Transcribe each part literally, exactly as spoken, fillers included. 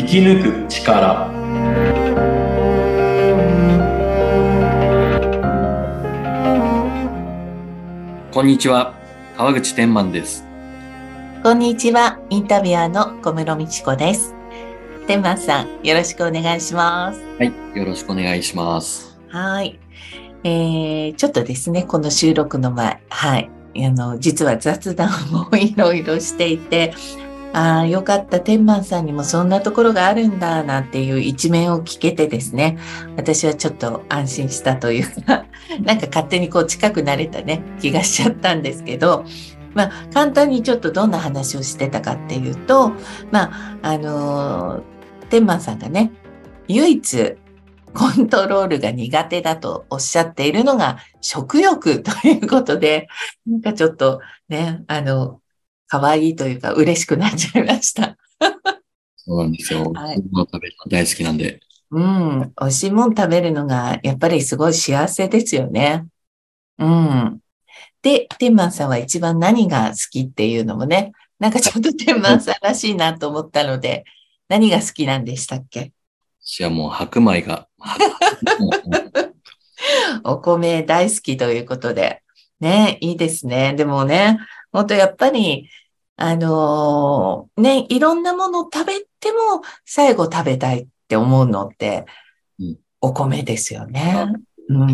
生き抜く力。こんにちは、川口天満です。 こんにちは、インタビュアーの小室美智子です。天満さん、よろしくお願いします。 はい、よろしくお願いします。 はい。えー、ちょっとですね、この収録の前、はい。あの、実は雑談もいろいろしていて、ああ、よかった、天満さんにもそんなところがあるんだ、なんていう一面を聞けてですね、私はちょっと安心したというか、なんか勝手にこう近くなれたね、気がしちゃったんですけど、まあ、簡単にちょっとどんな話をしてたかっていうと、まあ、あのー天満さんがね、唯一コントロールが苦手だとおっしゃっているのが食欲ということで、なんかちょっとね、あの、可愛いというか嬉しくなっちゃいました。 そうなんですよ。 はい。 食べるの大好きなんで。 うん。美味しいもん食べるのがやっぱりすごい幸せですよね。うん。で、天満さんは一番何が好きっていうのもね、なんかちょっと天満さんらしいなと思ったので、何が好きなんでしたっけ？ 私はもう白米が、白お米大好きということで。ね、いいですね。でもね、本当やっぱり、あのーね、いろんなものを食べても最後食べたいって思うのって米、うん、 お米ですよあ、 ね。うん。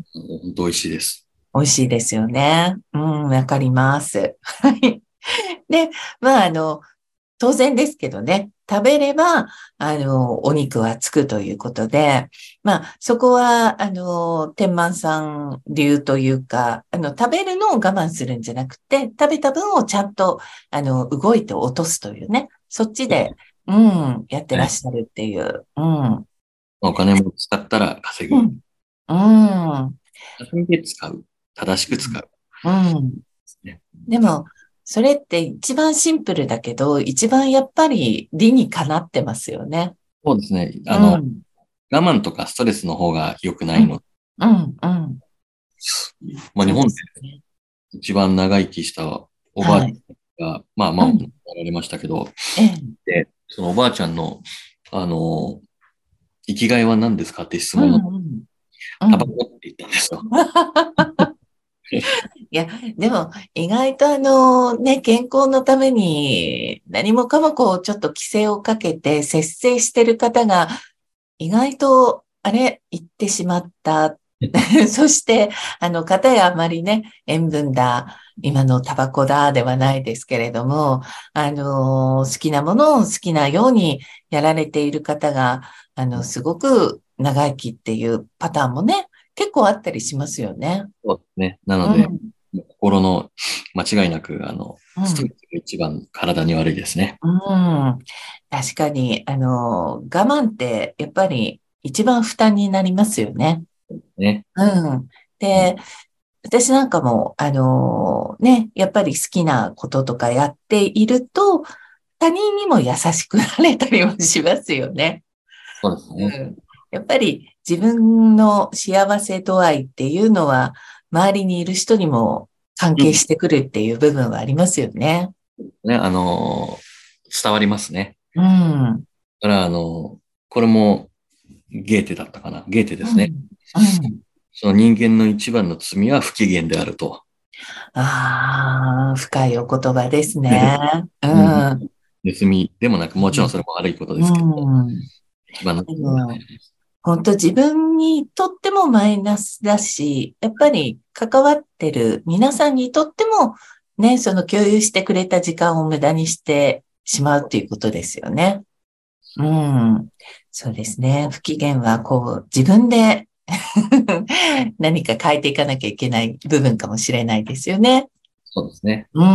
本当美味しいです。 美味しいですよね。うん、わかります。はい。で、まあ、あの、当然ですけどね、食べれば、あの、お肉はつくということで、まあ、そこは、あの、天満さん流というか、あの、食べるのを我慢するんじゃなくて、食べた分をちゃんと、あの、動いて落とすというね、そっちで、うん、やってらっはい。 しゃるっていう、うん、 お金も使ったら稼ぐ。 うん、うん、 稼いで使う。正しく使う。でうん。 すね。 でも、それって一番シンプルだけど、一番やっぱり理にかなってますよね。 そうですね。 うあの、 ん。 我慢とかストレスの方が良くなうん、 いの。 うん、うん。 まあ、日そうで本ですね。 一番長生きしたおばあちはい。 ゃんが、まあまあ、亡くなうん。 られましたけど、 ええ。 で、そのおばあちゃんの、あの、生きがいは何ですかって質問の、 うん、うん。うタバコん。 って言ったんですよ。 いや、でも、意外とあの、ね、健康のために何もかもこう、ちょっと規制をかけて節制してる方が、意外と、あれ、言ってしまった。そして、あの、方やあまりね、塩分だ、今のタバコだ、ではないですけれども、あの、好きなものを好きなようにやられている方が、あの、すごく長生きっていうパターンもね、結構あったりしますよね。 そうですね。なので、 うん、 心の間違いなく、あの、 うん、 ストレスが一番体に悪いですね。 うん。確かに、あの、我慢ってやっぱり一番負担になりますよね。 ね。 うん。 うん。 で、私なんかも、あのね、やっぱり好きなこととかやっていると、他人にも優しくなれたりもしますよね。 そうですね。 うん。やっぱり自分の幸せ度合いっていうのは、周りにいる人にも関うん。 係してくるっていう部分はありますよね。 ね、あの、伝わりますね。 うん。 だから、あの、これもゲーテだったかな。ゲーテですね。 うん。うん。 その人間の一番の罪は不機嫌であると。 ああ、深いお言葉ですね。ううん。 ん。 盗みでもなく、もちろんそれも悪いことですけど、 うん。 一番ので罪はも、本当自分にとってもマイナスだし、やっぱり関わってる皆さんにとってもね、その共有してくれた時間を無駄にしてしまうっていうことですよね。うん。そうですね。不機嫌はこう自分で何か変えていかなきゃいけない部分かもしれないですよね。 そうですね。 うん。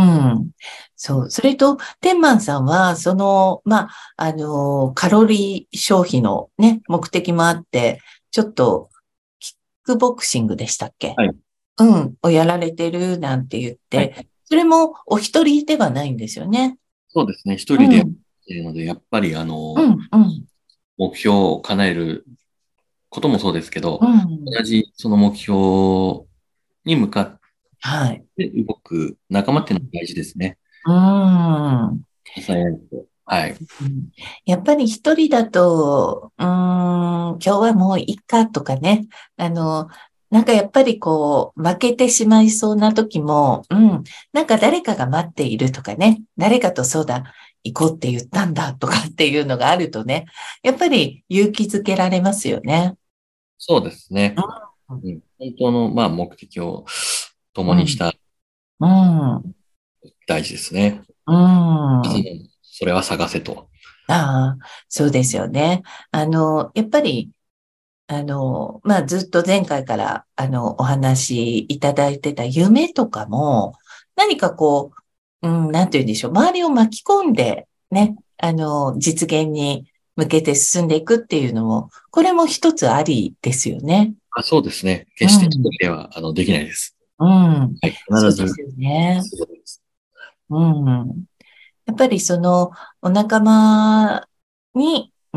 そう。それと、天満さんは、その、まあ、あの、カロリー消費のね、目的もあって、ちょっと、キックボクシングでしたっけ？ はい。 うん。をやられてるなんて言っはい。 て、それもお一人ではないんですよね。 そうですね。一人でやっうん。 ているので、やっぱり、あの、 うん。うん。 目標を叶えることもそうですけど、 うん。 同じその目標に向かっはい。 て動く仲間っていうのが大事ですね。 うん。 支え合うと。 はい。 うん、やっぱり一人だと、うーん、今日はもういいかとかね。あの、なんかやっぱりこう、負けてしまいそうな時も、うん、なんか誰かが待っているとかね。誰かとそうだ、行こうって言ったんだとかっていうのがあるとね。やっぱり勇気づけられますよね。 そうですね。 うん、 うん、本当の、まあ、目的を共うん、 にしたうん、 大事ですね。 うん。 うんそれは探せと。 ああ、そうですよね。あの、やっぱり、あの、まあ、ずっと前回から、あの、お話いただいてた夢とかも、何かこう、うん、なんて言うんでしょう。周りを巻き込んで、ね、あの、実現に向けて進んでいくっていうのも、これも一つありですよね。 あ、そうですね。決して一人うん、 では、あの、できないです。 うん。 はい。必ず、 そうですよね。 そうです。 うん。やっぱりそのお仲間に、うん、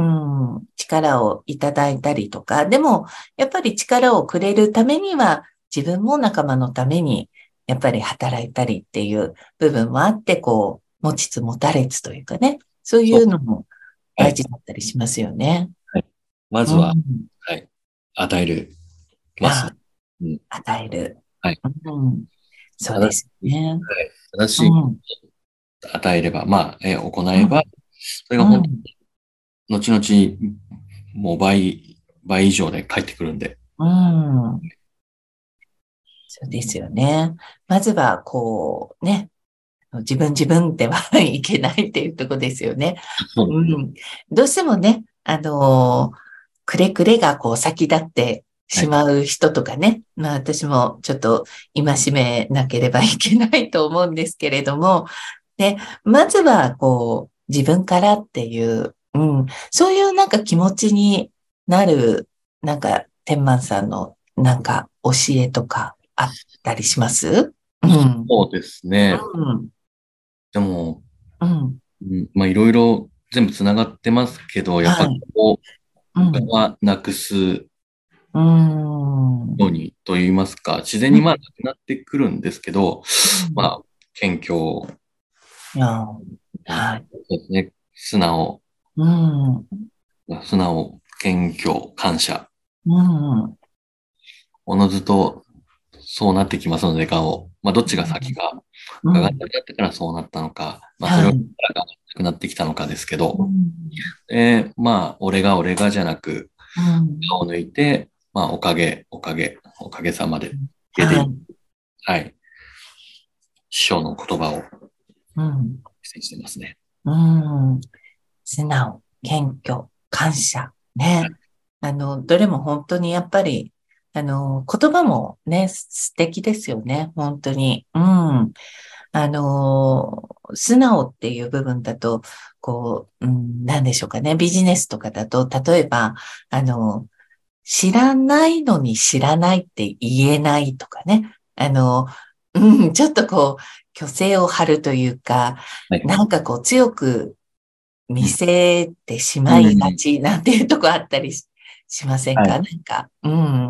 力をいただいたりとか、でもやっぱり力をくれるためには自分も仲間のためにやっぱり働いたりっていう部分もあって、こう、持ちつ持たれつというかね、そういそう。 うのもはい。 大事だったりしますよね。 はい。まずは、 うん。 はい。与える、ますね。 あ、 うん。 与える。 はい。 うん。そうで正しすい、 ね。 はい。正しいうん。 与えれば、まあ、えー行えば、 うん。 それが本当うん。 に、後々、もう倍、倍以上で返ってくるんで。 うん。そうですよね。まずは、こう、ね、自分自分ではいけないっていうところですよね。 そうですね。 うん。どうしてもね、あのーくれくれがこう先立ってはい。 しまう人とかね。まあ私もちょっと戒めなければいけないと思うんですけれども、ね、まずはこう自分からっていう、うん、そういうなんか気持ちになる、なんか天満さんのなんか教えとかあったりします？うん。 そうですね。 うん。 でも、 うん。 うんまあ、いろいろ全部つながってますけど、やっぱこはい。 こうん。 がなくすうーん。 ようにと言いますか、自然うん。 にまあなくなってくるんですけど、 うん。 まあ、謙虚、 いやー、 うんはい。 そうですね。素直、 うん。 素直、謙虚、感謝。 うん。 おのずとそうなってきますので、顔。まあ、どっちが先か、 うん。 ががなくなってからそうなったのか、まあ、それをがはい。 なくなってきたのかですけど、 うん。 えーまあ、俺が俺がじゃなく、 うん。 顔を抜いて、まあ、おかげ、おかげ、おかげさまで、家でいい。 はい。 はい。師匠の言葉をうん。 失してますね。 うん。素直、謙虚、感謝。ね。あの、どれも本当にやっぱり、あの、言葉もね、素敵ですよね。本当に。うん。あの、素直っていう部分だと、こう、うん、なんでしょうかね。ビジネスとかだと、例えば、あの、知らないのに知らないって言えないとかね。あの、うん、ちょっとこう、虚勢を張るというか、 はい。 なんかこう強く見うん。 せてしうまいがん。 ちなんていうとこあったりし、しませんはい。 か？なんか、うん、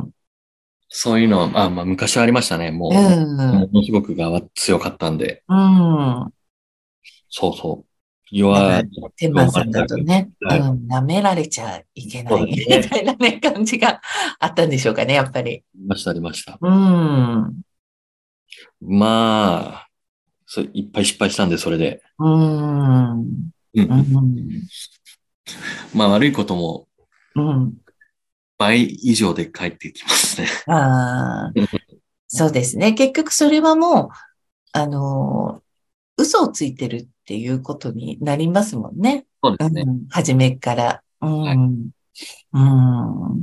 そういうのは、まあ、まあ、昔はありましたね。 うもう、もん、 のすごくがわ強かったんで。 うん。 そうそう。 だから、 弱天く思満さんわれたく。 だとね、うはい。 ん、舐められちゃいけそうないですね。 みたいなね、感じがあったんでしょうかね、やっぱり。 ありました、ありました。 うん、 まあ、そう、いっぱい失敗したんで、それで。 うん、ううん。 ん、 まあ、悪いこともうん。 倍以上で返ってきますね。 ああ、そうですね。結局それはもう、あの、嘘をついてるっていうことになりますもんね。 そうですね。 うん、初めから。うはい。 ん、うん。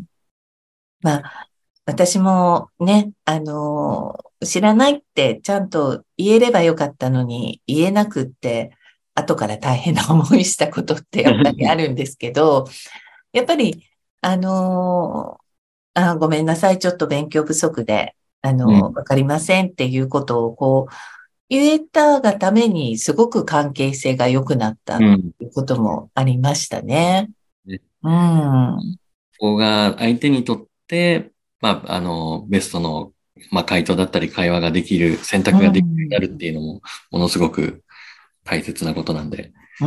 まあ、私もね、あの、知らないってちゃんと言えればよかったのに、言えなくって、後から大変な思いしたことってやっぱりあるんですけど、やっぱり、あの、あ、ごめんなさい、ちょっと勉強不足で、あの、 うん。 わかりませんっていうことをこう、言えたがためにすごく関係性が良くなったっうん。 ていうこともありましたね。 ねうん。 ここが相手にとって、まあ、あの、ベストの、まあ、回答だったり会話ができる、選う択ができるようになん。 るっていうのも、ものすごく大切なことなんで。 うん。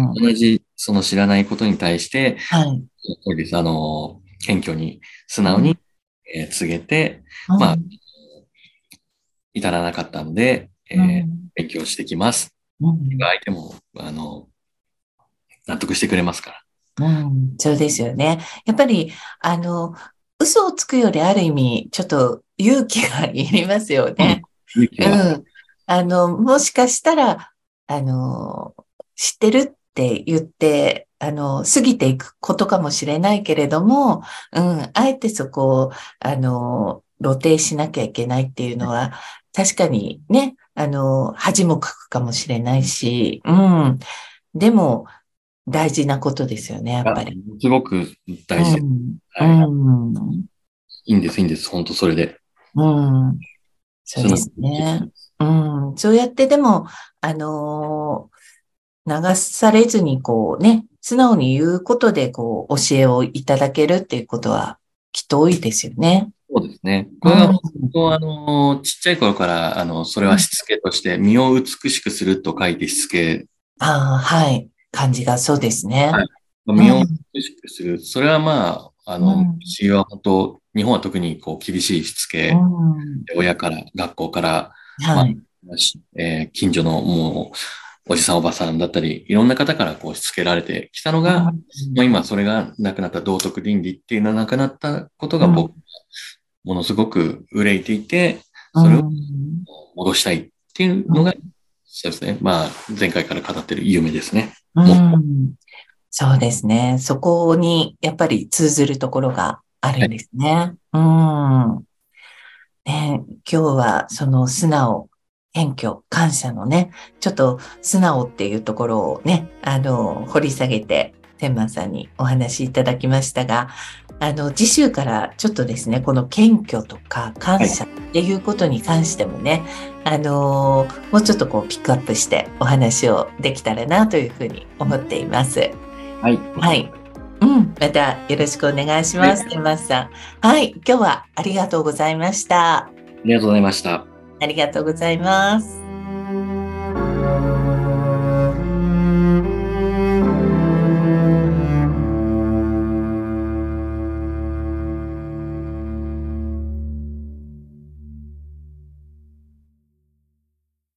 同じ、その知らないことに対して、 はい。 そうです。あの、謙虚に、素うん。 直に、えー告げて、まあ、 うん。 至らなかったんで、 うえーん。 勉強してきます。 うん。 相手も、あの、納得してくれますから。 うん。そうですよね。やっぱり、あの、嘘をつくよりある意味、ちょっと勇気がいりますよそうです。 ね。 勇気は、 うん。あの、もしかしたら、あの、知ってるって言って、あの、過ぎていくことかもしれないけれども、うん、あえてそこを、あの、露呈しなきゃいけないっていうのは、確かにね、あの、恥もかくかもしれないし、うん。でも、大事なことですよね、やっあ、 ぱり。 すごく大事です。 うん、うはい。 ん、 いいんです、いいんです。本当それで。 うん。そう素直ですね。 に。 うん。そうやってでも、あの流されずにこうね、素直に言うことでこう教えをいただけるっていうことはきっと多いですよね。 そうですね。 うこれが本ん。 当、あの、ちっちゃい頃から、あの、それはしつけとして、身を美しくすると書いてしつけ。 ああ、はい。感じがそうですね。 はい。まあうん。 身を美しくする。それはまあ、あの、 うん。 私は本当、日本は特にこう厳しいしつうけ、 ん。 親から、学校から、まはい。 あ、しえー近所のもう、おじさんおばさんだったり、いろんな方からこうしつけられてきたのうが、まあん。 今それがなくなった道徳倫理っていうのがなくなったことが僕、 うん。 ものすごく憂いていて、 うそれをん。 戻したいっていうのが、そうですね。まあ、前回から語ってる夢ですね。 うもん。そうですね。そこにやっぱり通ずるところがあるはい。 んですね。うん。ね、今日はその素直、謙虚、感謝のね、ちょっと素直っていうところをね、あの、掘り下げて、天満さんにお話しいただきましたが、あの、次週からちょっとですね、この謙虚とか感はい。 謝っていうことに関してもね、あの、もうちょっとこうピックアップしてお話をできたらなというふうに思っています。 はい。 はい。うん。またよろしくお願いしはい。 ます。天満さん。はい。今日はありがとうございました。 ありがとうございました。 ありがとうございます。